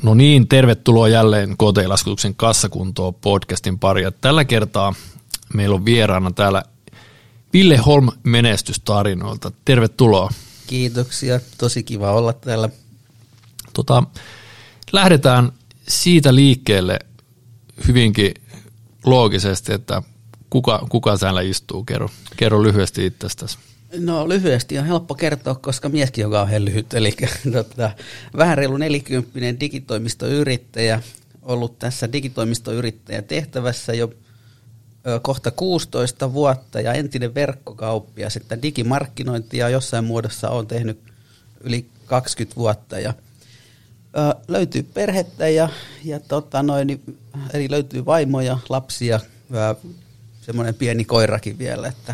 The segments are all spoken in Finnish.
No niin, tervetuloa jälleen KT-laskutuksen kassakuntoon podcastin pariin. Tällä kertaa meillä on vieraana täällä Ville Holm menestystarinoilta. Tervetuloa. Kiitoksia, tosi kiva olla täällä. Lähdetään siitä liikkeelle hyvinkin loogisesti, että kuka täällä istuu. Kerro lyhyesti itsestäsi. No lyhyesti on helppo kertoa, koska mieskin on kauhean lyhyt, eli vähän reilu 40 digitoimistoyrittäjä, ollut tässä digitoimistoyrittäjä tehtävässä jo kohta 16 vuotta ja entinen verkkokauppias, että digimarkkinointia jossain muodossa on tehnyt yli 20 vuotta ja löytyy perhettä eli löytyy vaimoja, lapsia, semmoinen pieni koirakin vielä, että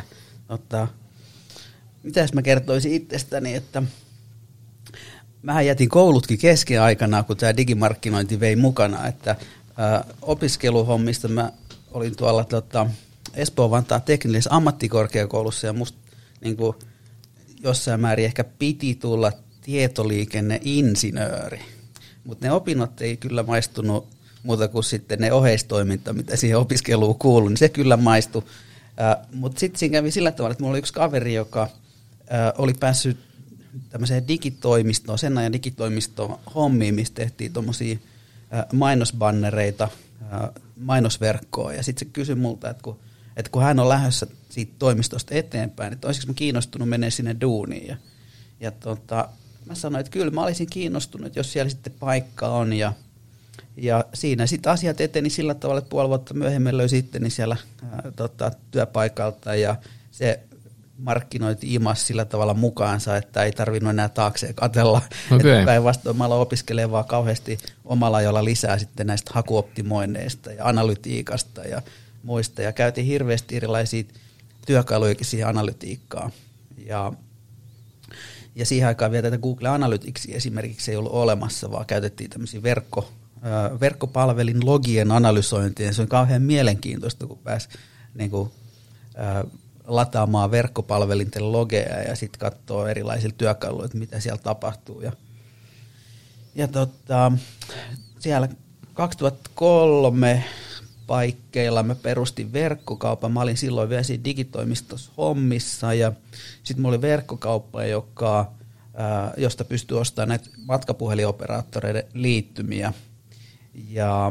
mitäs mä kertoisin itsestäni, että mähän jätin koulutkin kesken aikana, kun tämä digimarkkinointi vei mukana, että opiskeluhommista mä olin tuolla Espoon-Vantaan teknillisessä ammattikorkeakoulussa ja musta niin kuin jossain määrin ehkä piti tulla tietoliikenneinsinööri, mutta ne opinnot ei kyllä maistunut muuta kuin sitten ne oheistoiminta, mitä siihen opiskeluun kuului, niin se kyllä maistui. Mutta sitten siinä kävi sillä tavalla, että mulla oli yksi kaveri, joka oli päässyt tämmöiseen digitoimistoon, sen ajan digitoimistoon hommiin, missä tehtiin tuommoisia mainosbannereita, mainosverkkoa. Ja sitten se kysyi multa, että kun hän on lähdössä siitä toimistosta eteenpäin, että olisiko mä kiinnostunut mennä sinne duuniin. Ja mä sanoin, että kyllä mä olisin kiinnostunut, jos siellä sitten paikka on. Ja siinä sitten asiat eteni sillä tavalla, että puoli vuotta myöhemmin löysi itteni siellä työpaikalta ja se markkinointi imas sillä tavalla mukaansa, että ei tarvinnut enää taakseen katsella. Okay. Päinvastoin mä aloin opiskelemaan vaan kauheasti omalla ajolla lisää sitten näistä hakuoptimoinneista ja analytiikasta ja muista. Ja käytiin hirveästi erilaisia työkaluja siihen analytiikkaan. Ja siihen aikaan vielä tätä Google Analyticsia esimerkiksi ei ollut olemassa, vaan käytettiin tämmöisiä verkkopalvelin logien analysointia. Se on kauhean mielenkiintoista, kun pääsi lataamaan verkkopalvelinten logeja ja sitten katsoo erilaisilla työkaluilla, että mitä siellä tapahtuu. Siellä 2003 paikkeilla mä perustin verkkokaupan. Mä olin silloin vielä siinä digitoimistossa hommissa ja sitten mulla oli verkkokauppa, josta pystyi ostamaan näitä matkapuhelinoperaattoreiden liittymiä. Ja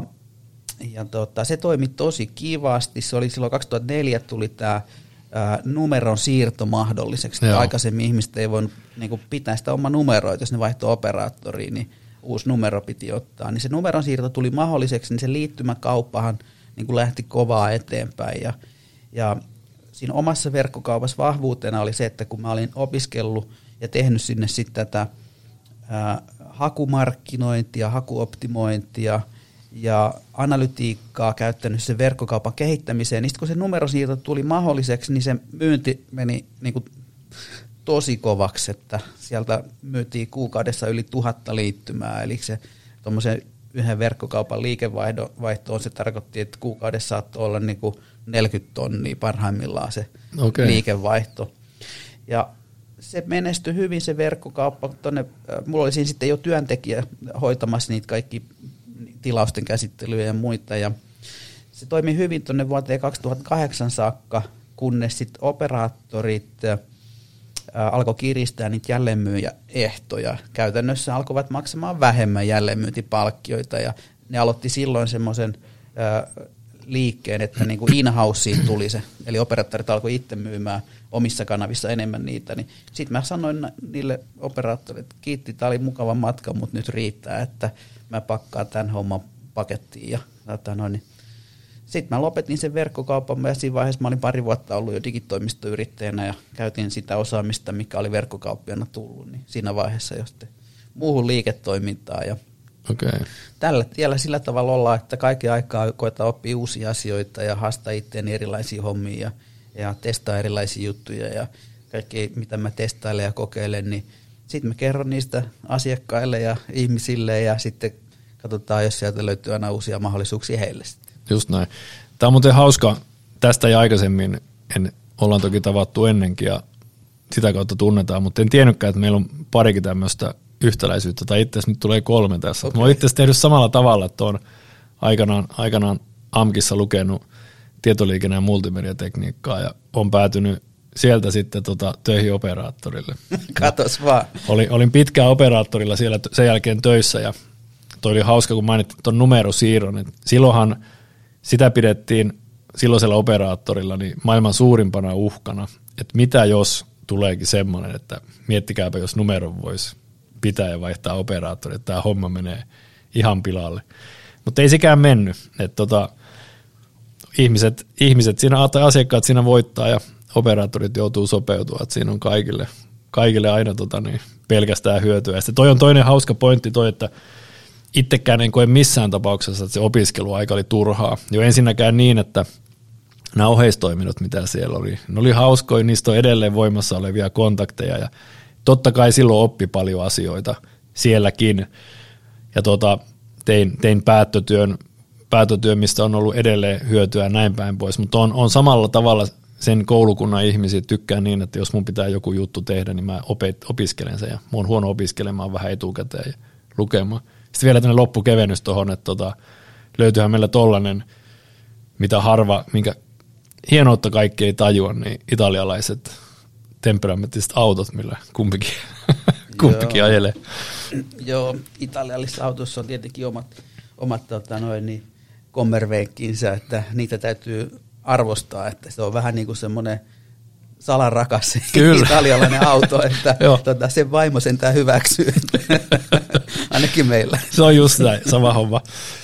se toimi tosi kivasti. Se oli silloin 2004 tuli tämä numeron siirto mahdolliseksi. Aikaisemmin ihmiset ei voinut pitää sitä oma numeroa, jos ne vaihtoi operaattoriin, niin uusi numero piti ottaa. Niin se numeron siirto tuli mahdolliseksi, niin se liittymäkauppahan lähti kovaa eteenpäin. Ja siinä omassa verkkokaupassa vahvuutena oli se, että kun mä olin opiskellut ja tehnyt sinne sitten tätä hakumarkkinointia, hakuoptimointia ja analytiikkaa käyttänyt sen verkkokaupan kehittämiseen, niin kun se numerosiirto tuli mahdolliseksi, niin se myynti meni tosi kovaksi, että sieltä myytiin kuukaudessa yli 1000 liittymää, eli se tuommoisen yhden verkkokaupan liikevaihtoon se tarkoitti, että kuukaudessa saattoi olla 40 tonnia parhaimmillaan se liikevaihto. Ja se menestyi hyvin se verkkokauppa. Mulla oli siinä sitten jo työntekijä hoitamassa niitä kaikki tilausten käsittelyjä ja muita. Ja se toimi hyvin tuonne vuoteen 2008 saakka, kunnes sitten operaattorit alkoi kiristää niitä jälleenmyyjäehtoja. Käytännössä alkoivat maksamaan vähemmän jälleenmyyntipalkkioita ja ne aloitti silloin semmoisen liikkeen, että in-houseen tuli se. Eli operaattorit alkoi itse myymään omissa kanavissa enemmän niitä. Niin sitten mä sanoin niille operaattoreille, että kiitti, tämä oli mukava matka, mutta nyt riittää, että mä pakkaan tämän homman pakettiin. Ja sitten mä lopetin sen verkkokaupan ja siinä vaiheessa mä olin 2 vuotta ollut jo digitoimistoyrittäjänä ja käytin sitä osaamista, mikä oli verkkokauppiana tullut, niin siinä vaiheessa jo sitten muuhun liiketoimintaan. Ja tällä tiellä sillä tavalla ollaan, että kaiken aikaa koetaan oppia uusia asioita ja haastaa itseäni erilaisia hommia ja testaa erilaisia juttuja ja kaikki mitä mä testailen ja kokeilen, niin sitten mä kerron niistä asiakkaille ja ihmisille ja sitten katsotaan, jos sieltä löytyy aina uusia mahdollisuuksia heille. Just näin. Tämä on muuten hauska, tästä ja aikaisemmin ollaan toki tavattu ennenkin ja sitä kautta tunnetaan, mutta en tiennytkään, että meillä on parikin tämmöistä yhtäläisyyttä, tai itse asiassa nyt tulee 3 tässä. Okay. Mä oon itse asiassa tehnyt samalla tavalla, että oon aikanaan AMKissa lukenut tietoliikenne- ja multimediatekniikkaa ja on päätynyt sieltä sitten töihin operaattorille. Katos vaan. Olin pitkään operaattorilla siellä sen jälkeen töissä ja toi oli hauska, kun mainittiin tuon numerosiirron. Silloinhan sitä pidettiin silloisella operaattorilla niin maailman suurimpana uhkana, että mitä jos tuleekin semmoinen, että miettikääpä, jos numeron voisi pitää ja vaihtaa operaattori, että tämä homma menee ihan pilalle. Mutta ei sekään mennyt. Että ihmiset siinä, tai asiakkaat siinä voittaa ja operaattorit joutuu sopeutumaan, että siinä on kaikille aina pelkästään hyötyä. Ja sitten toi on toinen hauska pointti että itsekään en koe missään tapauksessa, että se opiskeluaika oli turhaa. Jo ensinnäkään niin, että nämä oheistoiminnot, mitä siellä oli, ne oli hauskoja, niistä on edelleen voimassa olevia kontakteja ja totta kai silloin oppi paljon asioita sielläkin ja tein päättötyön, mistä on ollut edelleen hyötyä ja näin päin pois, mutta on samalla tavalla sen koulukunnan ihmisiä tykkään niin, että jos mun pitää joku juttu tehdä, niin mä opiskelen sen ja mä oon huono opiskelemaan vähän etukäteen ja lukemaan. Sitten vielä tämmöinen loppukevennys tuohon, että löytyyhän meillä tollainen, mitä harva, minkä hienoutta kaikki ei tajua, niin italialaiset temperamenttiset autot, millä kumpikin ajelee. Joo, italialaisissa autossa on tietenkin omat kommervenkkinsä, että niitä täytyy arvostaa, että se on vähän niin kuin semmoinen salarakas italialainen auto, että sen vaimo sentään hyväksyy, ainakin meillä. Se on just näin, sama homma.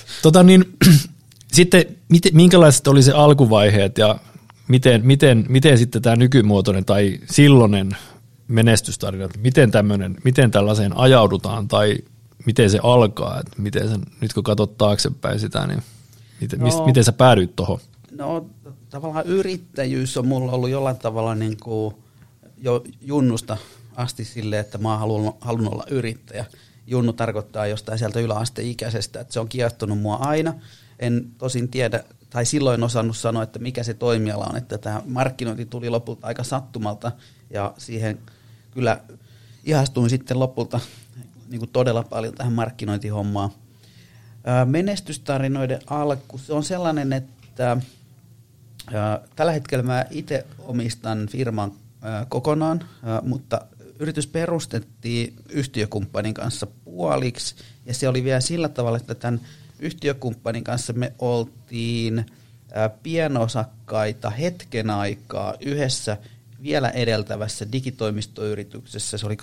Sitten minkälaiset oli se alkuvaiheet ja miten sitten tämä nykymuotoinen tai silloinen menestystarina, miten tällaiseen ajaudutaan tai miten se alkaa, että nyt kun katsot taaksepäin sitä, niin miten sä päädyit tuohon? No tavallaan yrittäjyys on mulla ollut jollain tavalla niin kuin jo junnusta asti silleen, että mä oon halunnut olla yrittäjä. Junnu tarkoittaa jostain sieltä yläasteikäisestä, että se on kiehtonut mua aina. En tosin tiedä, tai silloin osannut sanoa, että mikä se toimiala on, että tämä markkinointi tuli lopulta aika sattumalta ja siihen kyllä ihastuin sitten lopulta niin kuin todella paljon tähän markkinointihommaan. Menestystarinoiden alku, se on sellainen, että tällä hetkellä mä itse omistan firman kokonaan, mutta yritys perustettiin yhtiökumppanin kanssa puoliksi ja se oli vielä sillä tavalla, että tämän yhtiökumppanin kanssa me oltiin pienosakkaita hetken aikaa yhdessä vielä edeltävässä digitoimistoyrityksessä. Se oli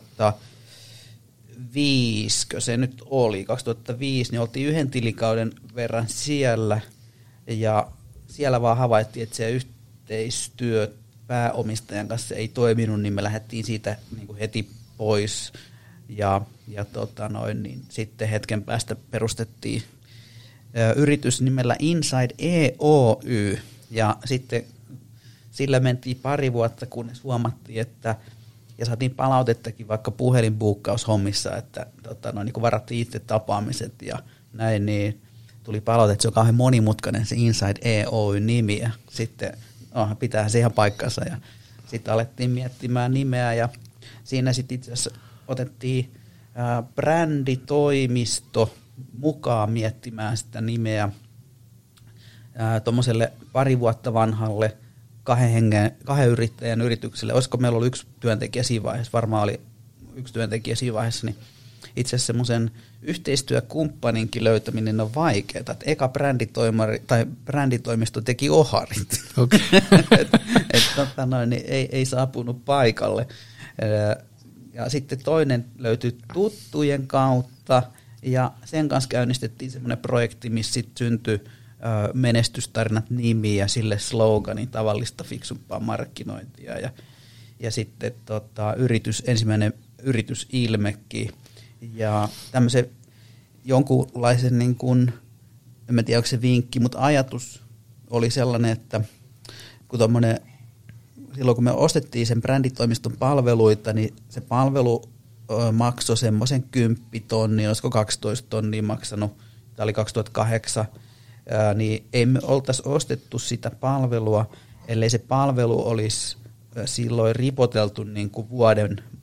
2005, se nyt oli, 2005, niin oltiin 1 tilikauden verran siellä ja siellä vaan havaittiin, että se yhteistyö pääomistajan kanssa ei toiminut, niin me lähdettiin siitä niin kuin heti pois ja niin sitten hetken päästä perustettiin yritys nimellä Inside EOY ja sitten sillä mentiin pari vuotta, kunnes huomattiin, että ja saatiin palautettakin vaikka puhelinbuukkaushommissa, että niin kun varattiin itse tapaamiset ja näin, niin tuli palaute, että se on kauhean monimutkainen se Inside EOY-nimi ja sitten pitää se ihan paikkansa ja sitten alettiin miettimään nimeä ja siinä sitten itse asiassa otettiin bränditoimisto mukaan miettimään sitä nimeä tuommoiselle pari vuotta vanhalle 2 yrittäjän yritykselle. Olisiko meillä ollut 1 työntekijä siinä vaiheessa, varmaan oli 1 työntekijä siinä vaiheessa, niin itse asiassa semmoisen yhteistyökumppaninkin löytäminen on vaikeaa. Että eka bränditoimisto teki oharit. Okay. Niin ei saapunut paikalle. Ja sitten toinen löytyi tuttujen kautta ja sen kanssa käynnistettiin semmoinen projekti, missä sitten syntyi menestystarinat nimi ja sille sloganin tavallista fiksumpaa markkinointia ja sitten ensimmäinen yritysilmekin ja tämmöisen jonkunlaisen niin kuin, en tiedä onko se vinkki, mutta ajatus oli sellainen, että kun silloin kun me ostettiin sen bränditoimiston palveluita, niin se palvelu maksoi semmoisen 10 tonnia, olisiko 12 tonnia maksanut, tämä oli 2008, niin ei me oltaisi ostettu sitä palvelua, ellei se palvelu olisi silloin ripoteltu niin kuin vuoden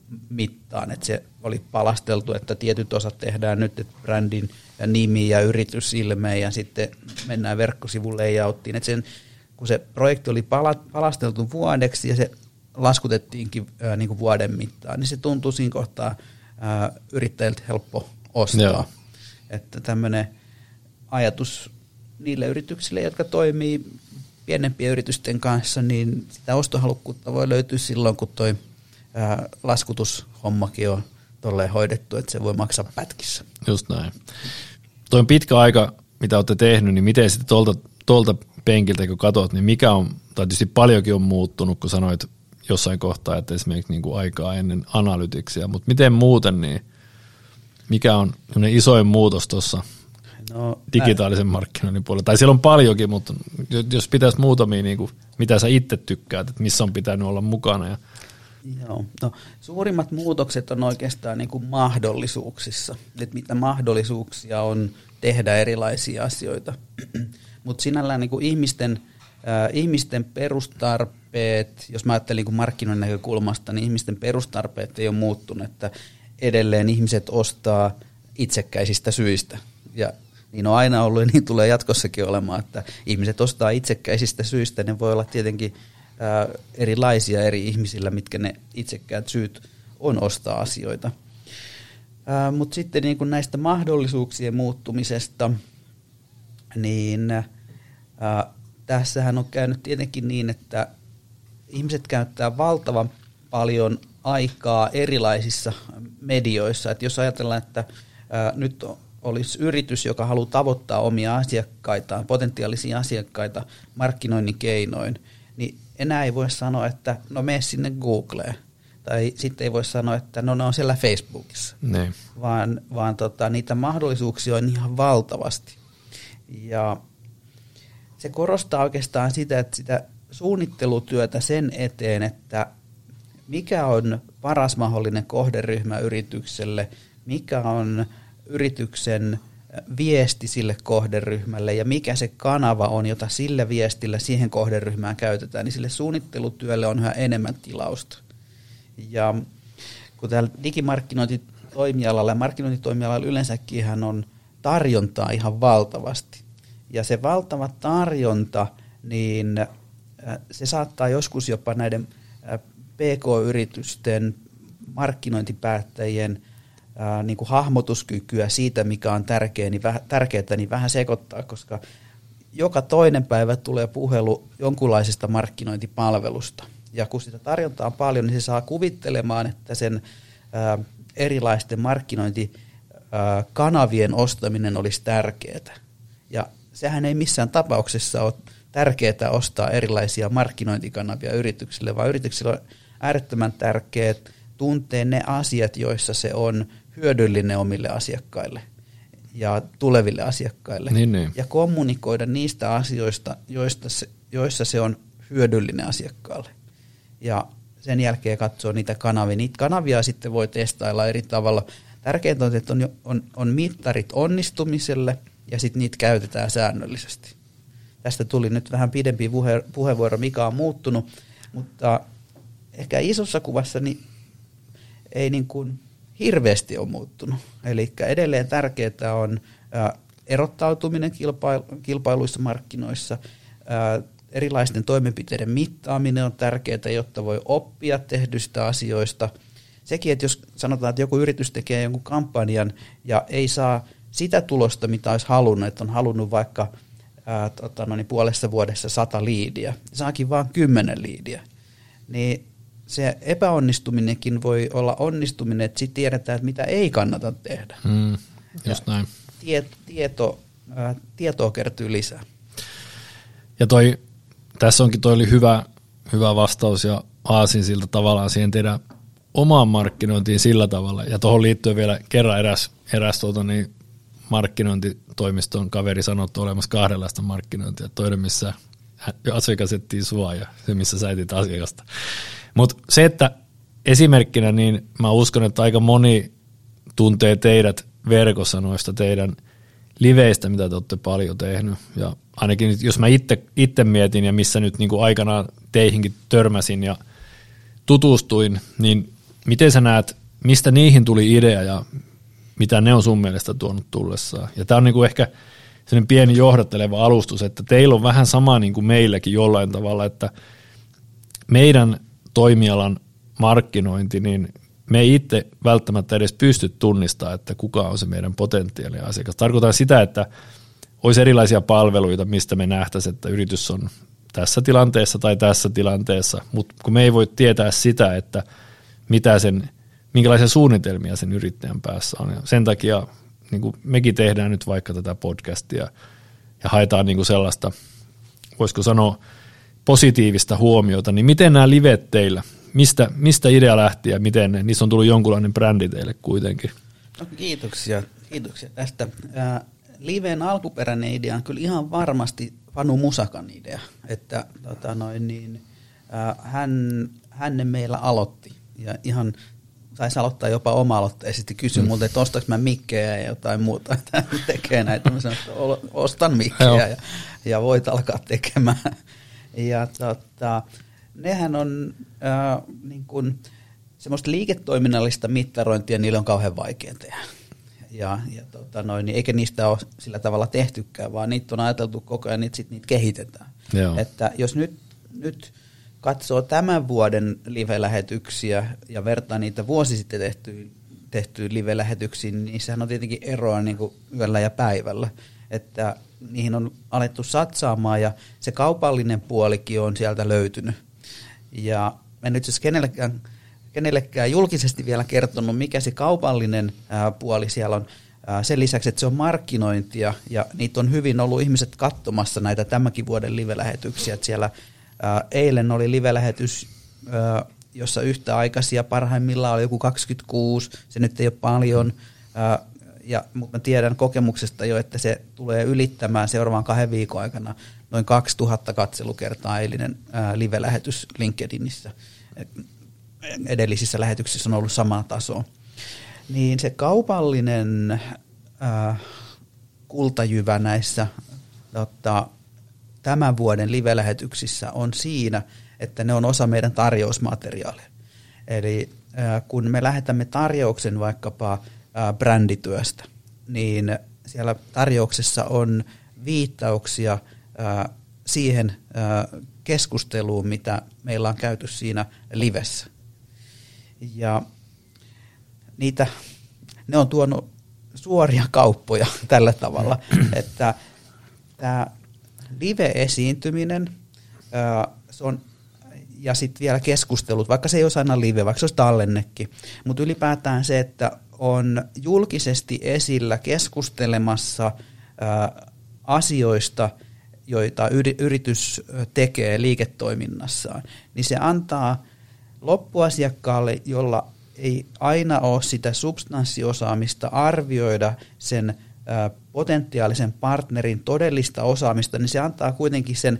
mittaan, että se oli palasteltu, että tietyt osat tehdään nyt, että brändin ja nimi ja yritysilme ja sitten mennään verkkosivun layouttiin, että kun se projekti oli palasteltu vuodeksi ja se laskutettiinkin niin kuin vuoden mittaan, niin se tuntui siinä kohtaa yrittäjiltä helppo ostaa. Joo. Että tämmöinen ajatus niille yrityksille, jotka toimii pienempien yritysten kanssa, niin sitä ostohalukkuutta voi löytyä silloin, kun toi laskutushommakin on tolleen hoidettu, että se voi maksaa pätkissä. Just näin. Toi on pitkä aika, mitä olette tehnyt, niin miten sitten tuolta penkiltä, kun katsot, niin mikä on, tai tietysti paljonkin on muuttunut, kun sanoit jossain kohtaa, että esimerkiksi niin kuin aikaa ennen analytiksia, mutta miten muuten, niin mikä on isoin muutos tuossa digitaalisen markkinoinnin puolella? Tai siellä on paljonkin, mutta jos pitäisi muutamia, niin kuin, mitä sä itse tykkäät, että missä on pitänyt olla mukana. Joo, no, suurimmat muutokset on oikeastaan niin kuin mahdollisuuksissa, että mitä mahdollisuuksia on tehdä erilaisia asioita, mutta sinällään niin kuin ihmisten perustarpeet, jos mä ajattelin niin kuin markkinoinnin näkökulmasta, niin ihmisten perustarpeet ei ole muuttunut, että edelleen ihmiset ostaa itsekkäisistä syistä ja niin on aina ollut ja niin tulee jatkossakin olemaan, että ihmiset ostaa itsekkäisistä syistä, ne voi olla tietenkin erilaisia eri ihmisillä, mitkä ne itsekkäät syyt on ostaa asioita. Mutta sitten niin kuin näistä mahdollisuuksien muuttumisesta, niin tässähän on käynyt tietenkin niin, että ihmiset käyttää valtavan paljon aikaa erilaisissa medioissa. Et jos ajatellaan, että nyt olisi yritys, joka haluaa tavoittaa omia asiakkaitaan, potentiaalisia asiakkaita markkinoinnin keinoin, niin enää ei voi sanoa, että no mene sinne Googleen. Tai sitten ei voi sanoa, että no ne on siellä Facebookissa. Ne. Vaan niitä mahdollisuuksia on ihan valtavasti. Ja se korostaa oikeastaan sitä, että sitä suunnittelutyötä sen eteen, että mikä on paras mahdollinen kohderyhmä yritykselle, mikä on yrityksen viesti sille kohderyhmälle ja mikä se kanava on, jota sillä viestillä siihen kohderyhmään käytetään, niin sille suunnittelutyölle on yhä enemmän tilausta. Ja kun täällä digimarkkinointitoimialalla ja markkinointitoimialalla yleensäkin on tarjontaa ihan valtavasti. Ja se valtava tarjonta, niin se saattaa joskus jopa näiden PK-yritysten markkinointipäättäjien niin kuin hahmotuskykyä siitä, mikä on tärkeää, niin vähän sekoittaa, koska joka toinen päivä tulee puhelu jonkunlaisesta markkinointipalvelusta. Ja kun sitä tarjontaa paljon, niin se saa kuvittelemaan, että sen erilaisten markkinointikanavien ostaminen olisi tärkeää. Ja sehän ei missään tapauksessa ole tärkeää ostaa erilaisia markkinointikanavia yrityksille, vaan yrityksille on äärettömän tärkeää tuntea ne asiat, joissa se on hyödyllinen omille asiakkaille ja tuleville asiakkaille. Niin. Ja kommunikoida niistä asioista, joissa se on hyödyllinen asiakkaalle. Ja sen jälkeen katsoo niitä kanavia. Niitä kanavia sitten voi testailla eri tavalla. Tärkeintä on, että on mittarit onnistumiselle ja sitten niitä käytetään säännöllisesti. Tästä tuli nyt vähän pidempi puheenvuoro, mikä on muuttunut, mutta ehkä isossa kuvassa niin ei niin kuin hirveästi ole muuttunut. Eli edelleen tärkeää on erottautuminen kilpailuissa markkinoissa, erilaisten toimenpiteiden mittaaminen on tärkeää, jotta voi oppia tehdyistä asioista. Sekin, että jos sanotaan, että joku yritys tekee jonkun kampanjan ja ei saa sitä tulosta, mitä olisi halunnut, että on halunnut vaikka puolessa vuodessa 100 liidiä, saakin vaan 10 liidiä, niin se epäonnistuminenkin voi olla onnistuminen, että sitten tiedetään, että mitä ei kannata tehdä. Just näin. Tietoa kertyy lisää. Ja tässä onkin oli hyvä vastaus ja aasinsilta tavallaan siihen tehdä omaan markkinointiin sillä tavalla. Ja tuohon liittyen vielä kerran eräs markkinointitoimiston kaveri sanoi, että on olemassa kahdenlaista markkinointia. Toinen, missä asiakas etsii sua ja se, missä sä etit asiakasta. Mutta se, että esimerkkinä, niin mä uskon, että aika moni tuntee teidät verkossa noista teidän liveistä, mitä te olette paljon tehnyt. Ja ainakin jos mä itse mietin ja missä nyt niin kuin aikanaan teihinkin törmäsin ja tutustuin, niin miten sä näet, mistä niihin tuli idea ja mitä ne on sun mielestä tuonut tullessaan. Ja tämä on niinku ehkä sellainen pieni johdatteleva alustus, että teillä on vähän sama niin kuin meilläkin jollain tavalla, että meidän toimialan markkinointi, niin me ei itse välttämättä edes pysty tunnistamaan, että kuka on se meidän potentiaalinen asiakas. Tarkoitan sitä, että olisi erilaisia palveluita, mistä me nähtäisiin, että yritys on tässä tilanteessa tai tässä tilanteessa, mutta kun me ei voi tietää sitä, että minkälaisia suunnitelmia sen yrittäjän päässä on. Ja sen takia niin kuin mekin tehdään nyt vaikka tätä podcastia ja haetaan niin kuin sellaista, voisiko sanoa, positiivista huomiota, niin miten nämä livet teillä, mistä idea lähti ja miten niissä on tullut jonkunlainen brändi teille kuitenkin? No, kiitoksia tästä. Liven alkuperäinen idea on kyllä ihan varmasti Panu Musakan idea, että hän meillä aloitti ja ihan saisi aloittaa jopa oma-aloitteisesti, kysyi multa, että ostaks mä mikkejä ja jotain muuta, että hän tekee näitä, mä sanoin, että ostan mikkejä ja voit alkaa tekemään. Ja nehän on niin kuin semmoista liiketoiminnallista mittarointia, niille on kauhean vaikea tehdä. Eikä niistä ole sillä tavalla tehtykään, vaan niitä on ajateltu koko ajan, niitä kehitetään. Joo. Että jos nyt katsoo tämän vuoden live-lähetyksiä ja vertaa niitä vuosi sitten tehtyä live-lähetyksiin, niin niissähän on tietenkin eroa niin kuin yöllä ja päivällä. Että niihin on alettu satsaamaan ja se kaupallinen puolikin on sieltä löytynyt. Ja en nyt siis kenellekään julkisesti vielä kertonut, mikä se kaupallinen puoli siellä on. Sen lisäksi, että se on markkinointia ja niitä on hyvin ollut ihmiset katsomassa näitä tämänkin vuoden live-lähetyksiä. Että siellä eilen oli live-lähetys, jossa yhtäaikaisia parhaimmillaan oli joku 26, se nyt ei ole paljon, mutta mä tiedän kokemuksesta jo, että se tulee ylittämään seuraavan 2 viikon aikana noin 2000 katselukertaa eilinen live-lähetys LinkedInissä. Edellisissä lähetyksissä on ollut samaa tasoa. Niin se kaupallinen kultajyvä näissä tämän vuoden live-lähetyksissä on siinä, että ne on osa meidän tarjousmateriaalia. Eli kun me lähetämme tarjouksen vaikkapa brändityöstä, niin siellä tarjouksessa on viittauksia siihen keskusteluun, mitä meillä on käyty siinä livessä. Ja ne on tuonut suoria kauppoja tällä tavalla, että tämä live-esiintyminen se on, ja sitten vielä keskustelut, vaikka se ei ole aina live, vaikka se olisi tallennekin, mutta ylipäätään se, että on julkisesti esillä keskustelemassa asioista, joita yritys tekee liiketoiminnassaan, niin se antaa loppuasiakkaalle, jolla ei aina ole sitä substanssiosaamista arvioida sen potentiaalisen partnerin todellista osaamista, niin se antaa kuitenkin sen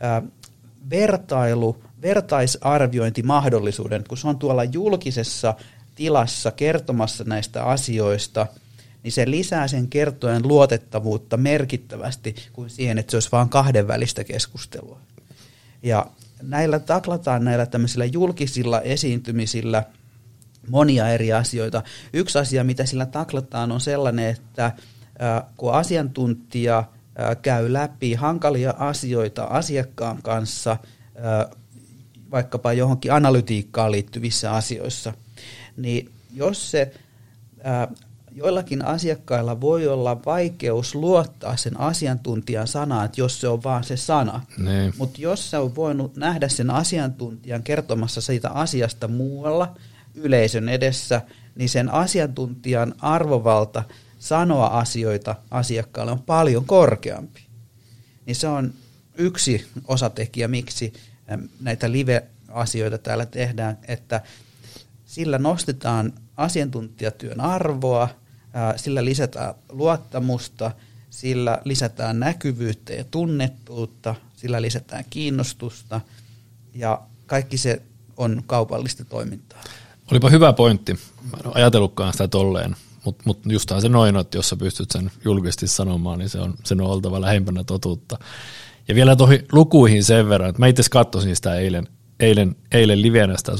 vertaisarviointimahdollisuuden, kun se on tuolla julkisessa tilassa kertomassa näistä asioista, niin se lisää sen kertojen luotettavuutta merkittävästi kuin siihen, että se olisi vain kahdenvälistä keskustelua. Ja näillä taklataan näillä tämmöisillä julkisilla esiintymisillä monia eri asioita. Yksi asia, mitä sillä taklataan, on sellainen, että kun asiantuntija käy läpi hankalia asioita asiakkaan kanssa, vaikkapa johonkin analytiikkaan liittyvissä asioissa, niin jos se joillakin asiakkailla voi olla vaikeus luottaa sen asiantuntijan sanaan, jos se on vaan se sana. Mutta jos sä on voinut nähdä sen asiantuntijan kertomassa siitä asiasta muualla yleisön edessä, niin sen asiantuntijan arvovalta sanoa asioita asiakkaalle on paljon korkeampi. Niin se on yksi osatekijä, miksi näitä live-asioita täällä tehdään, että sillä nostetaan asiantuntijatyön arvoa, sillä lisätään luottamusta, sillä lisätään näkyvyyttä ja tunnettuutta, sillä lisätään kiinnostusta ja kaikki se on kaupallista toimintaa. Olipa hyvä pointti. Mä en ole ajatellutkaan sitä tolleen, mutta justaan se noin, että jos sä pystyt sen julkisesti sanomaan, niin sen on oltava lähempänä totuutta. Ja vielä tuohon lukuihin sen verran, että mä itse katsoin sitä eilen livenä sitä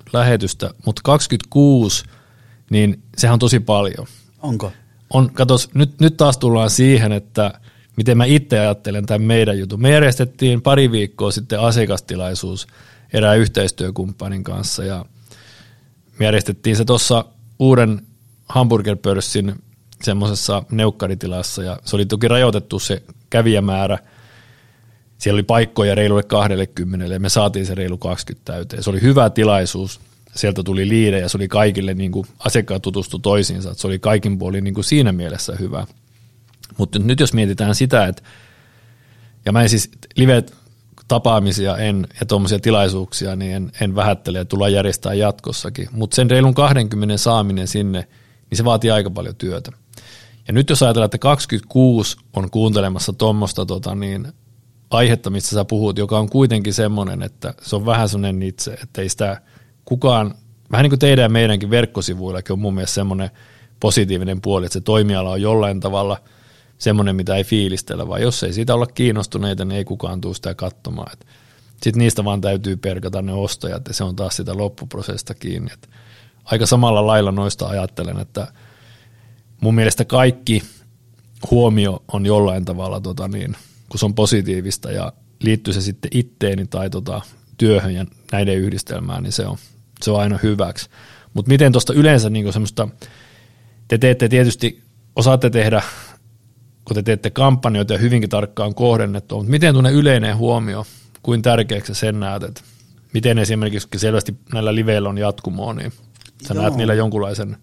lähetystä, mutta 26, niin sehän on tosi paljon. Onko? Katos, nyt taas tullaan siihen, että miten mä itse ajattelen tämän meidän jutun. Me järjestettiin pari viikkoa sitten asiakastilaisuus erään yhteistyökumppanin kanssa ja me järjestettiin se tuossa uuden hamburgerpörssin semmoisessa neukkaritilassa ja se oli toki rajoitettu se kävijämäärä. Siellä oli paikkoja reilulle 20 ja me saatiin se reilu 20 täyteen. Se oli hyvä tilaisuus. Sieltä tuli liidejä, se oli kaikille niin kuin asiakkaat tutustu toisiinsa, että se oli kaikin puolin niin kuin siinä mielessä hyvä. Mutta nyt jos mietitään sitä, että, ja mä en siis live-tapaamisia ja tuommoisia tilaisuuksia, niin en vähättele ja tullaan järjestää jatkossakin, mutta sen reilun 20 saaminen sinne, niin se vaatii aika paljon työtä. Ja nyt jos ajatellaan, että 26 on kuuntelemassa tuommoista aihetta, mistä sä puhut, joka on kuitenkin semmoinen, että se on vähän semmoinen itse, että ei sitä kukaan, vähän niin kuin teidän ja meidänkin verkkosivuillakin on mun mielestä semmoinen positiivinen puoli, että se toimiala on jollain tavalla semmoinen, mitä ei fiilistellä, vaan jos ei siitä olla kiinnostuneita, niin ei kukaan tule sitä katsomaan. Sitten niistä vaan täytyy perkata ne ostajat, ja se on taas sitä loppuprosessista kiinni. Et aika samalla lailla noista ajattelen, että mun mielestä kaikki huomio on jollain tavalla, kun se on positiivista ja liittyy se sitten itteeni tai työhön ja näiden yhdistelmään, niin se on aina hyväksi. Mutta miten tuosta yleensä niin semmoista, te teette tietysti, osaatte tehdä, kun te teette kampanjoita ja hyvinkin tarkkaan kohdennettua, mutta miten tuonne yleinen huomio, kuin tärkeäksi sen näet, että miten esimerkiksi selvästi näillä liveillä on jatkumoa, niin sä näet niillä jonkunlaisen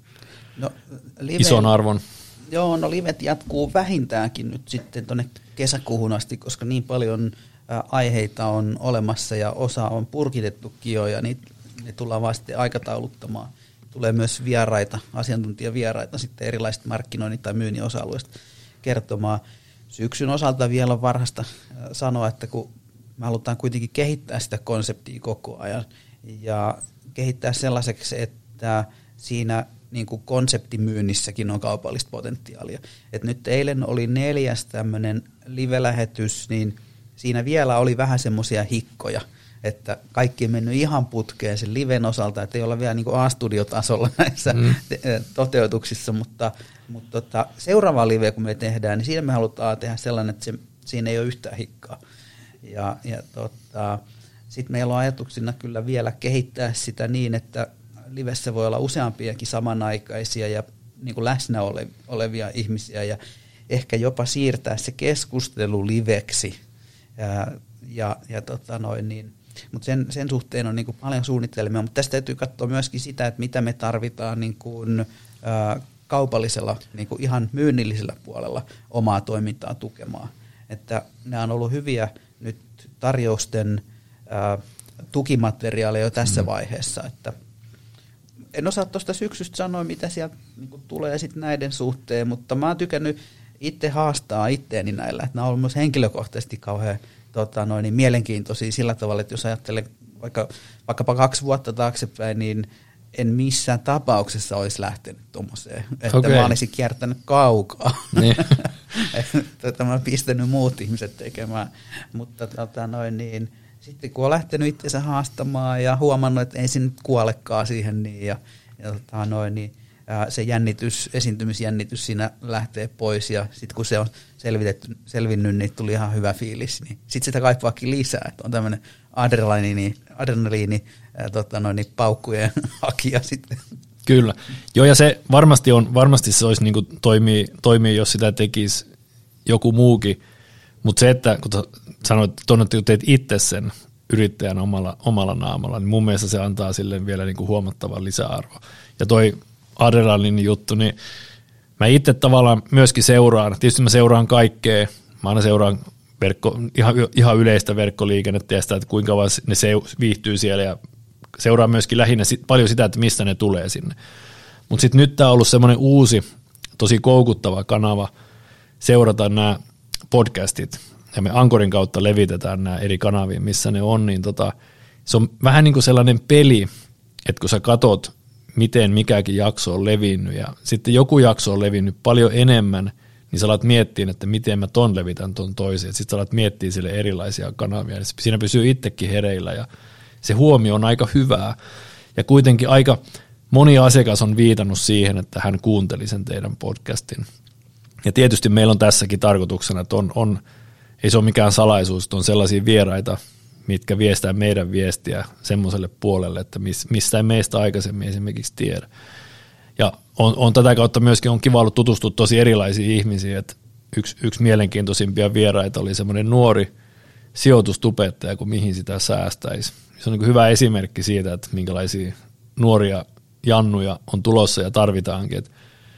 ison arvon. Joo, no livet jatkuu vähintäänkin nyt sitten tuonne kesäkuuhun asti, koska niin paljon aiheita on olemassa ja osa on purkitettukin jo ja ne tullaan vaan sitten aikatauluttamaan. Tulee myös vieraita, asiantuntijavieraita sitten erilaisista markkinoinnin tai myynnin osa-alueista kertomaan. Syksyn osalta vielä on varhaista sanoa, että kun me halutaan kuitenkin kehittää sitä konseptia koko ajan ja kehittää sellaiseksi, että siinä niin kuin konseptimyynnissäkin on kaupallista potentiaalia. Et nyt eilen oli 4. tämmöinen live-lähetys, niin siinä vielä oli vähän semmoisia hikkoja, että kaikki on mennyt ihan putkeen sen liven osalta, että ei olla vielä niin kuin A-studiotasolla näissä toteutuksissa, mutta seuraava live, kun me tehdään, niin siinä me halutaan tehdä sellainen, että siinä ei ole yhtään hikkaa. Sitten meillä on ajatuksena kyllä vielä kehittää sitä niin, että livessä voi olla useampiakin samanaikaisia ja niin kuin läsnä olevia ihmisiä ja ehkä jopa siirtää se keskustelu liveksi. Mutta sen suhteen on niin kuin paljon suunnitelmia, mutta tästä täytyy katsoa myöskin sitä, että mitä me tarvitaan niin kuin, kaupallisella, niin kuin ihan myynnillisellä puolella omaa toimintaa tukemaan. Että nämä on ollut hyviä nyt tarjousten tukimateriaaleja jo tässä vaiheessa, että en osaa tuosta syksystä sanoa, mitä sieltä niin tulee sitten näiden suhteen, mutta mä oon tykännyt itse haastaa itteeni näillä, että nämä on ollut myös henkilökohtaisesti kauhean mielenkiintoisia sillä tavalla, että jos ajattelen vaikkapa 2 vuotta taaksepäin, niin en missään tapauksessa olisi lähtenyt tuommoiseen, että mä olisin kiertänyt kaukaa. Niin. Mä oon pistänyt muut ihmiset tekemään, mutta sitten kun on lähtenyt itsensä haastamaan ja huomannut, että ei se nyt kuolekaan siihen, niin se esiintymisjännitys siinä lähtee pois ja sitten kun se on selvinnyt, niin tuli ihan hyvä fiilis. Niin sitten sitä kaipaakin lisää, että on tämmöinen adrenaliini paukkujen hakija sitten. Kyllä. Joo, ja se varmasti se olisi niinku toimii, jos sitä tekisi joku muukin, mutta se, että kun sanoit, että teet itse sen yrittäjän omalla naamalla, niin mun mielestä se antaa sille vielä niinku huomattavan lisäarvoa. Ja toi adrenaliinin juttu, niin mä itse tavallaan myöskin seuraan, tietysti mä seuraan kaikkea, mä aina seuraan ihan yleistä verkkoliikennettä ja sitä, että kuinka vaan ne viihtyy siellä ja seuraan myöskin lähinnä paljon sitä, että mistä ne tulee sinne. Mutta sitten nyt tämä on ollut semmoinen uusi, tosi koukuttava kanava seurata nämä podcastit ja me Anchorin kautta levitetään nämä eri kanaviin, missä ne on, niin se on vähän niin kuin sellainen peli, että kun sä katot, miten mikäkin jakso on levinnyt ja sitten joku jakso on levinnyt paljon enemmän, niin sä alat miettiä, että miten mä ton levitän ton toisen. Sitten sä alat miettiä sille erilaisia kanavia. Siinä pysyy itsekin hereillä ja se huomio on aika hyvää. Ja kuitenkin aika moni asiakas on viitannut siihen, että hän kuunteli sen teidän podcastin. Ja tietysti meillä on tässäkin tarkoituksena, että ei se ole mikään salaisuus, että on sellaisia vieraita, mitkä viestää meidän viestiä semmoiselle puolelle, että mistä ei meistä aikaisemmin esimerkiksi tiedä. Ja on tätä kautta myöskin on kiva ollut tutustua tosi erilaisiin ihmisiin, että yksi mielenkiintoisimpia vieraita oli semmoinen nuori sijoitustubettaja, kuin mihin sitä säästäisi. Se on niin kuin hyvä esimerkki siitä, että minkälaisia nuoria jannuja on tulossa ja tarvitaankin. Että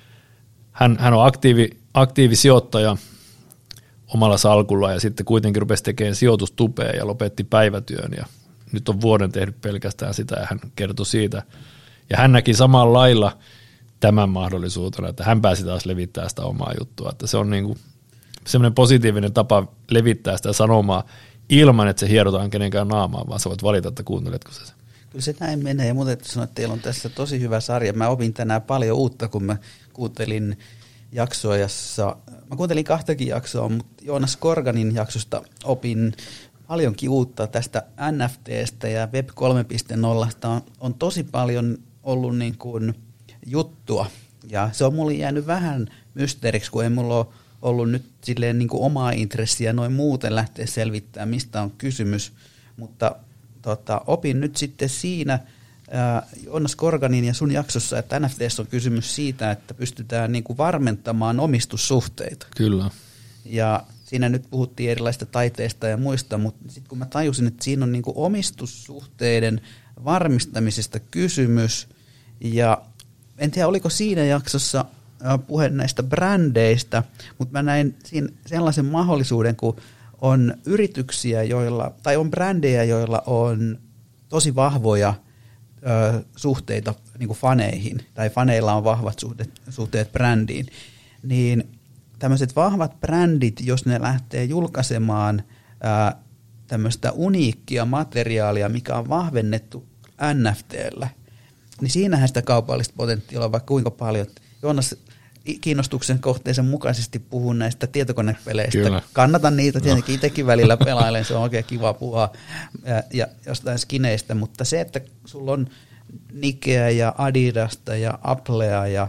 hän on aktiivi sijoittaja omalla salkulla ja sitten kuitenkin rupesi tekemään sijoitustupea ja lopetti päivätyön ja nyt on vuoden tehnyt pelkästään sitä ja hän kertoi siitä. Ja hän näki samalla lailla tämän mahdollisuutena, että hän pääsi taas levittämään sitä omaa juttua. Että se on niin kuin semmoinen positiivinen tapa levittää sitä sanomaa ilman, että se hierotaan kenenkään naamaan, vaan sä voit valita, että kuunteletko sä sen. Kyllä se näin menee ja muuten sanoa, että teillä on tässä tosi hyvä sarja. Mä opin tänään paljon uutta, kun mä kuuntelin jaksoa, jossa, mä kuuntelin 2 jaksoa, mutta Joonas Korganin jaksosta opin paljonkin uutta tästä NFTstä ja Web 3.0 on tosi paljon ollut niin kuin juttua ja se on mulle jäänyt vähän mysteeriksi, kun ei mulla ole ollut nyt silleen niin kuin omaa intressiä noin muuten lähteä selvittämään, mistä on kysymys, mutta opin nyt sitten siinä Joonas Korganin ja sun jaksossa, että NFT:ssä on kysymys siitä, että pystytään niin kuin varmentamaan omistussuhteita. Kyllä. Ja siinä nyt puhuttiin erilaisista taiteista ja muista, mutta sitten kun mä tajusin, että siinä on niin kuin omistussuhteiden varmistamisesta kysymys, ja en tiedä oliko siinä jaksossa puhe näistä brändeistä, mutta mä näin siinä sellaisen mahdollisuuden, kun on yrityksiä, tai on brändejä, joilla on tosi vahvoja suhteita niin kuin faneihin, tai faneilla on vahvat suhteet brändiin, niin tämmöiset vahvat brändit, jos ne lähtee julkaisemaan tämmöistä uniikkia materiaalia, mikä on vahvennettu NFT:llä, niin siinähän sitä kaupallista potentiaalia on vaikka kuinka paljon. Joonas kiinnostuksen kohteisen mukaisesti puhun näistä tietokonepeleistä. Kyllä. Kannatan niitä, tietenkin itsekin välillä pelailen, se on oikein kiva puhua ja jostain skineistä, mutta se, että sulla on Nikeä ja Adidasta ja Applea ja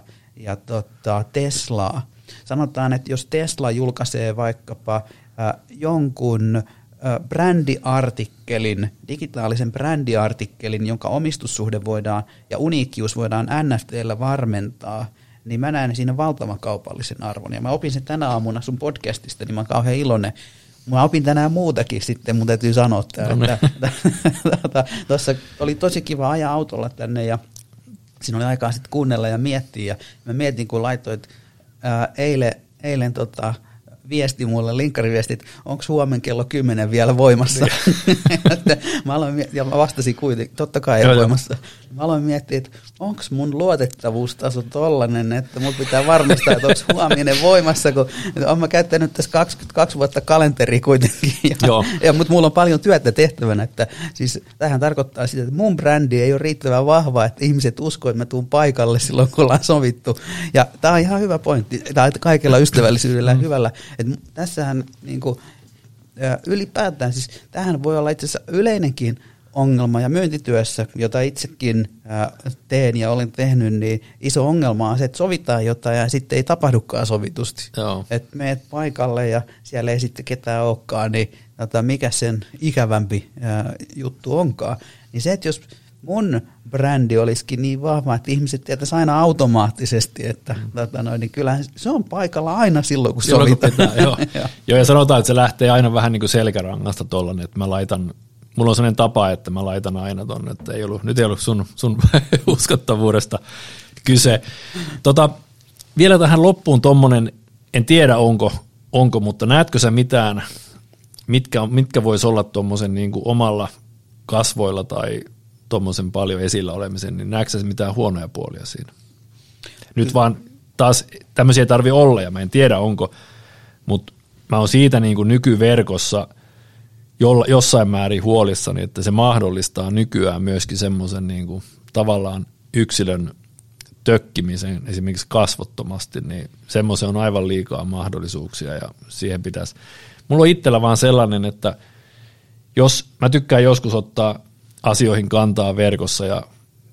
Teslaa. Sanotaan, että jos Tesla julkaisee vaikkapa jonkun brändiartikkelin, digitaalisen brändiartikkelin, jonka omistussuhde voidaan ja uniikkius voidaan NFT:llä varmentaa, niin mä näen siinä valtavan kaupallisen arvon. Ja mä opin sen tänä aamuna sun podcastista, niin mä oon kauhean iloinen. Mä opin tänään muutakin sitten, mun täytyy sanoa. Tuossa oli tosi kiva ajaa autolla tänne ja siinä oli aikaa sitten kuunnella ja miettiä. Ja mä mietin, kun laitoit eilen viesti mulle, linkkariviesti, että onko huomenna kello 10 vielä voimassa. Mä vastasin kuitenkin, totta kai ei voimassa. Mä aloin miettiä, että onko mun luotettavuustaso tollainen, että mun pitää varmistaa, että onko huominen voimassa, kun olen mä käyttänyt tässä 22 vuotta kalenteria kuitenkin. Mutta mulla on paljon työtä tehtävänä, että siis tämähän tarkoittaa sitä, että mun brändi ei ole riittävän vahva, että ihmiset uskoo, että mä tuun paikalle silloin, kun ollaan sovittu. Ja tämä on ihan hyvä pointti, tämä kaikella ystävällisyydellä ja hyvällä. Että tässähän niin kuin, ylipäätään, siis tämähän voi olla itse asiassa yleinenkin ongelma ja myyntityössä, jota itsekin teen ja olen tehnyt, niin iso ongelma on se, että sovitaan jotain ja sitten ei tapahdukaan sovitusti. Että meet paikalle ja siellä ei sitten ketään olekaan, niin mikä sen ikävämpi juttu onkaan. Niin se, että jos mun brändi olisikin niin vahva, että ihmiset tietäisi aina automaattisesti, että niin kyllähän se on paikalla aina silloin, kun sovitaan. Joo, ja sanotaan, että se lähtee aina vähän niin kuin selkärangasta tollainen, että mä laitan, mulla on sellainen tapa, että mä laitan aina tonne, että nyt ei ollut sun uskottavuudesta kyse. Vielä tähän loppuun tommonen, en tiedä onko, mutta näetkö sä mitään, mitkä vois olla tommosen niin kuin omalla kasvoilla tai tuommoisen paljon esillä olemisen, niin näetkö sä mitään huonoja puolia siinä? Nyt vaan taas tämmöisiä ei tarvitse olla, ja mä en tiedä onko, mutta mä oon siitä niin kuin nykyverkossa jossain määrin huolissani, että se mahdollistaa nykyään myöskin semmoisen niin kuin tavallaan yksilön tökkimisen esimerkiksi kasvottomasti, niin semmoisen on aivan liikaa mahdollisuuksia, ja siihen pitäisi. Mulla on itsellä vaan sellainen, että jos mä tykkään joskus ottaa asioihin kantaa verkossa ja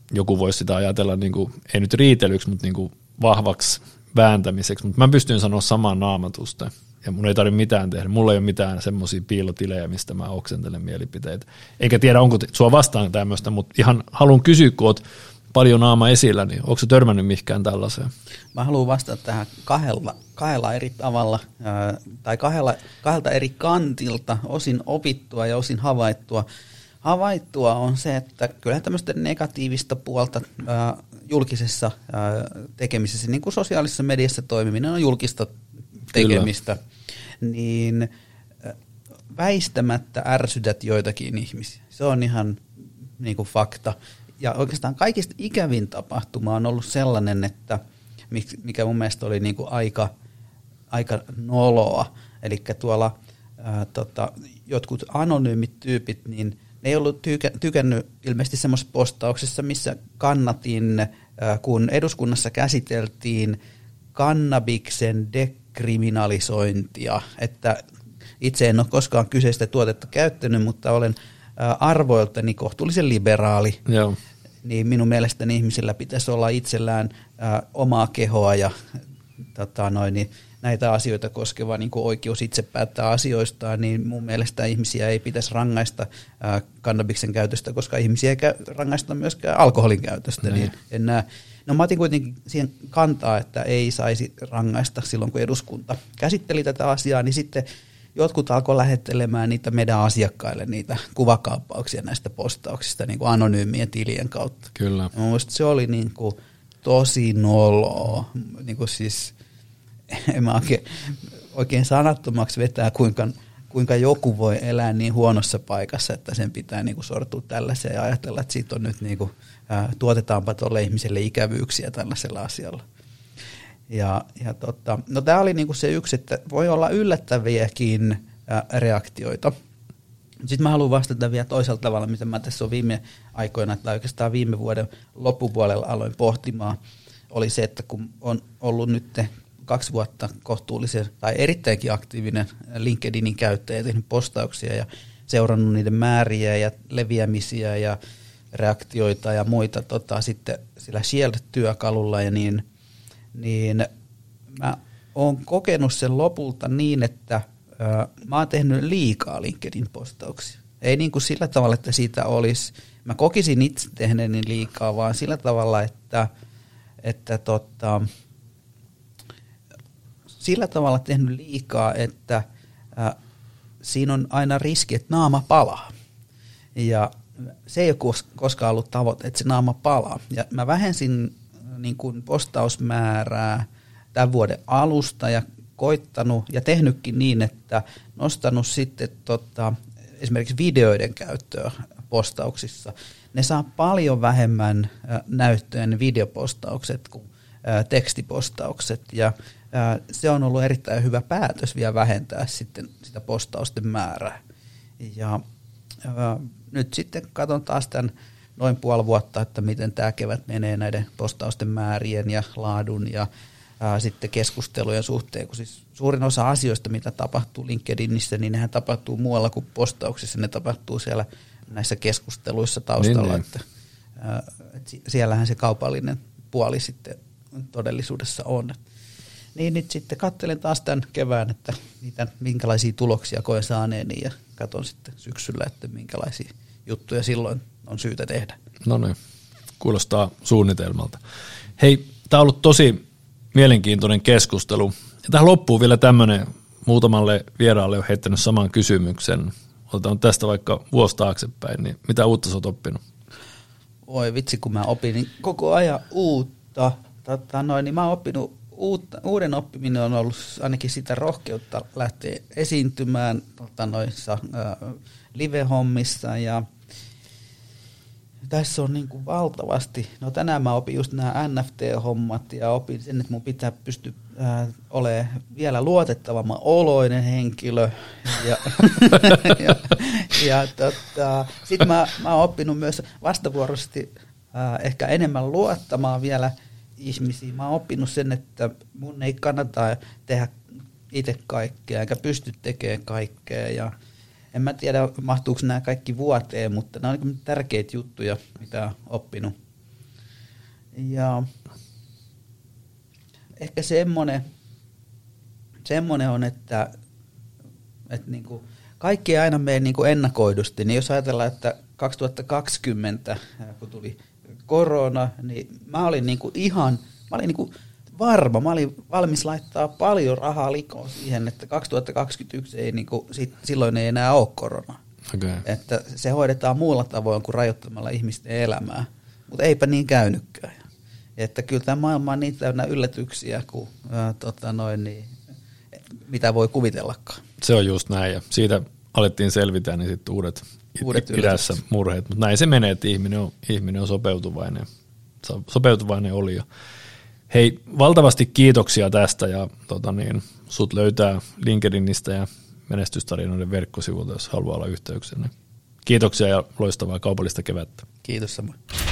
joku voisi sitä ajatella, niin kuin, ei nyt riitelyksi, mutta niin kuin vahvaksi vääntämiseksi, mutta mä pystyn sanoa samaa naamatusta. Ja mun ei tarvitse mitään tehdä. Mulla ei ole mitään semmoisia piilotilejä, mistä mä oksentelen mielipiteitä. Eikä tiedä, onko sua vastaan tämmöistä, mutta ihan haluan kysyä, kun oot paljon naama esillä, niin onko se törmännyt mihinkään tällaiseen? Mä haluan vastata tähän kahdella eri tavalla, tai kahdelta eri kantilta, osin opittua ja osin havaittua. Havaittua on se, että kyllähän tämmöistä negatiivista puolta julkisessa tekemisessä, niin kuin sosiaalisessa mediassa toimiminen on julkista tekemistä, niin väistämättä ärsytät joitakin ihmisiä. Se on ihan niin kuin fakta. Ja oikeastaan kaikista ikävin tapahtuma on ollut sellainen, että mikä mun mielestä oli niin kuin aika noloa. Eli tuolla jotkut anonyymit tyypit, niin ne ei ollut tykännyt ilmeisesti semmoisessa postauksessa, missä kannatin, kun eduskunnassa käsiteltiin kannabiksen dekriminalisointia, että itse en ole koskaan kyseistä tuotetta käyttänyt, mutta olen arvoiltani kohtuullisen liberaali. Joo. Niin minun mielestäni ihmisillä pitäisi olla itsellään omaa kehoa ja niin näitä asioita koskeva niin kuin oikeus itse päättää asioistaan, niin mun mielestä ihmisiä ei pitäisi rangaista kannabiksen käytöstä, koska ihmisiä ei rangaista myöskään alkoholin käytöstä. Niin en näe. No mä otin kuitenkin siihen kantaa, että ei saisi rangaista silloin, kun eduskunta käsitteli tätä asiaa, niin sitten jotkut alkoi lähettelemään niitä meidän asiakkaille, niitä kuvakaappauksia näistä postauksista niin kuin anonyymien tilien kautta. Kyllä. Ja mun mielestä se oli niin kuin tosi noloa. Niin kuin siis, en mä oikein sanattomaksi vetää, kuinka joku voi elää niin huonossa paikassa, että sen pitää niin kuin sortua tällaiseen ja ajatella, että siitä on nyt niin kuin, tuotetaanpa tuolle ihmiselle ikävyyksiä tällaisella asialla. No tämä oli niinku se yksi, että voi olla yllättäviäkin reaktioita. Sitten mä haluan vastata vielä toisella tavalla, mitä mä tässä on viime aikoina, tai oikeastaan viime vuoden loppupuolella aloin pohtimaan, oli se, että kun on ollut nyt 2 vuotta kohtuullisen tai erittäinkin aktiivinen LinkedInin käyttäjä, tehnyt postauksia ja seurannut niiden määriä ja leviämisiä ja reaktioita ja muita sitten sillä Shield-työkalulla ja niin mä oon kokenut sen lopulta niin, että mä oon tehnyt liikaa LinkedIn-postauksia. Ei niin kuin sillä tavalla, että siitä olisi, mä kokisin itse tehneeni liikaa, vaan sillä tavalla, että sillä tavalla tehnyt liikaa, että siinä on aina riski, että naama palaa. Ja se ei ole koskaan ollut tavoite, että se naama palaa. Ja mä vähensin niin kuin postausmäärää tämän vuoden alusta ja koittanut ja tehnytkin niin, että nostanut sitten esimerkiksi videoiden käyttöä postauksissa. Ne saa paljon vähemmän näyttöä ne videopostaukset kuin tekstipostaukset ja se on ollut erittäin hyvä päätös vielä vähentää sitten sitä postausten määrää. Ja nyt sitten katson taas tämän noin puoli vuotta, että miten tämä kevät menee näiden postausten määrien ja laadun ja sitten keskustelujen suhteen, kun siis suurin osa asioista, mitä tapahtuu LinkedInissä, niin nehän tapahtuu muualla kuin postauksissa, ne tapahtuu siellä näissä keskusteluissa taustalla, niin. Että siellähän se kaupallinen puoli sitten todellisuudessa on. Niin nyt sitten katselen taas tämän kevään, että minkälaisia tuloksia koen saaneeni ja katson sitten syksyllä, että minkälaisia juttuja silloin on syytä tehdä. No niin, kuulostaa suunnitelmalta. Hei, tämä on ollut tosi mielenkiintoinen keskustelu. Ja tähän loppuu vielä tämmöinen, muutamalle vieraalle on heittänyt saman kysymyksen. Otetaan tästä vaikka vuosi taaksepäin, niin mitä uutta sä oot oppinut? Oi vitsi, kun mä opin niin koko ajan uutta. Niin mä oon oppinut uuden oppiminen on ollut ainakin sitä rohkeutta lähteä esiintymään noissa live-hommissa ja tässä on niin kuin valtavasti, no tänään mä opin just nämä NFT-hommat ja opin sen, että mun pitää pystyä olemaan vielä luotettavamman oloinen henkilö ja sitten mä oon oppinut myös vastavuoroisesti ehkä enemmän luottamaan vielä ihmisiin. Mä oon oppinut sen, että mun ei kannata tehdä itse kaikkea eikä pysty tekemään kaikkea ja en mä tiedä, mahtuuko nämä kaikki vuoteen, mutta nämä on tärkeitä juttuja, mitä olen oppinut. Ja ehkä semmoinen on, että niin kuin kaikki ei aina mene niin kuin ennakoidusti, niin jos ajatellaan, että 2020, kun tuli korona, niin mä olin niin kuin varma, mä olin valmis laittaa paljon rahaa likoon siihen, että 2021 ei niin kuin, silloin ei enää ole korona. Okay. Että se hoidetaan muulla tavoin kuin rajoittamalla ihmisten elämää, mutta eipä niin käynytkään. Että kyllä tämä maailma on niin täynnä yllätyksiä kuin mitä voi kuvitellakaan. Se on just näin, ja siitä alettiin selvitä, niin sitten uudet idässä murheet. Mutta näin se menee, että ihminen on sopeutuvainen oli. Ja hei, valtavasti kiitoksia tästä, ja sut löytää LinkedInistä ja menestystarinoiden verkkosivuilta, jos haluaa olla yhteyksissä. Kiitoksia ja loistavaa kaupallista kevättä. Kiitos samoin.